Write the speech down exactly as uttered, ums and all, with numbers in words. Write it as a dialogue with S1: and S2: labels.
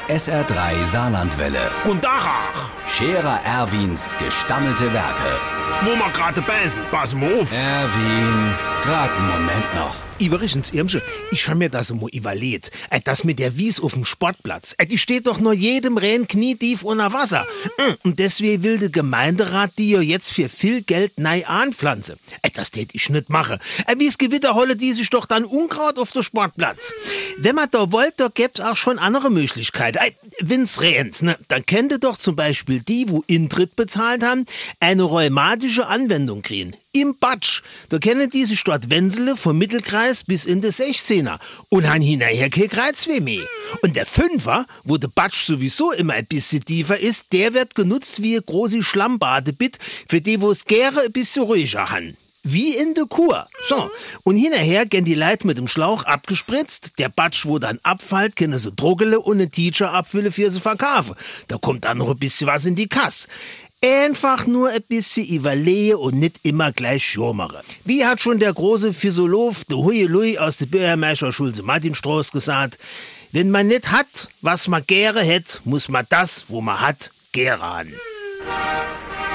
S1: S R drei Saarlandwelle.
S2: Guten Tag.
S1: Scherer Erwins gestammelte Werke.
S2: Wo wir gerade beißen, pass mal auf.
S1: Erwin, grad einen Moment noch.
S2: Iverichens Irmsche, ich hab mir das mal überlegt. Äh, Das mit der Wies auf dem Sportplatz, äh, die steht doch nur jedem Rennen knietief unter Wasser. Mm, Und deswegen will der Gemeinderat die ja jetzt für viel Geld neu anpflanzen. Äh, Das tät ich nicht machen. Äh, Wie's Gewitter holle die sich doch dann Unkraut auf den Sportplatz. Wenn man da wollt, da gäb's auch schon andere Möglichkeiten. Äh, Wenn's rennt, ne, dann kennt ihr doch zum Beispiel die, wo Intritt bezahlt haben, eine rheumatische Anwendung kriegen. Im Batsch. Da kennen die sich dort Wenzele vom Mittelkreis bis in den Sechzehner. Und han hinterher kein Kreuzweh mehr. Und der Fünfer, wo der Batsch sowieso immer ein bisschen tiefer ist, der wird genutzt wie ein große Schlammbadebit, für die, wo es gerne ein bisschen ruhiger han. Wie in der Kur. So, und hinterher gehen die Leute mit dem Schlauch abgespritzt. Der Batsch, wo dann abfällt, können sie Drogele und eine Teacher abfüllen für sie verkaufen. Da kommt dann noch ein bisschen was in die Kasse. Einfach nur ein bisschen überlegen und nicht immer gleich schurmere. Wie hat schon der große Physiolog, der Huielui aus der Bürgermeister Schulze-Martin-Straße gesagt, wenn man nicht hat, was man gerne hätt, muss man das, wo man hat, gerne haben.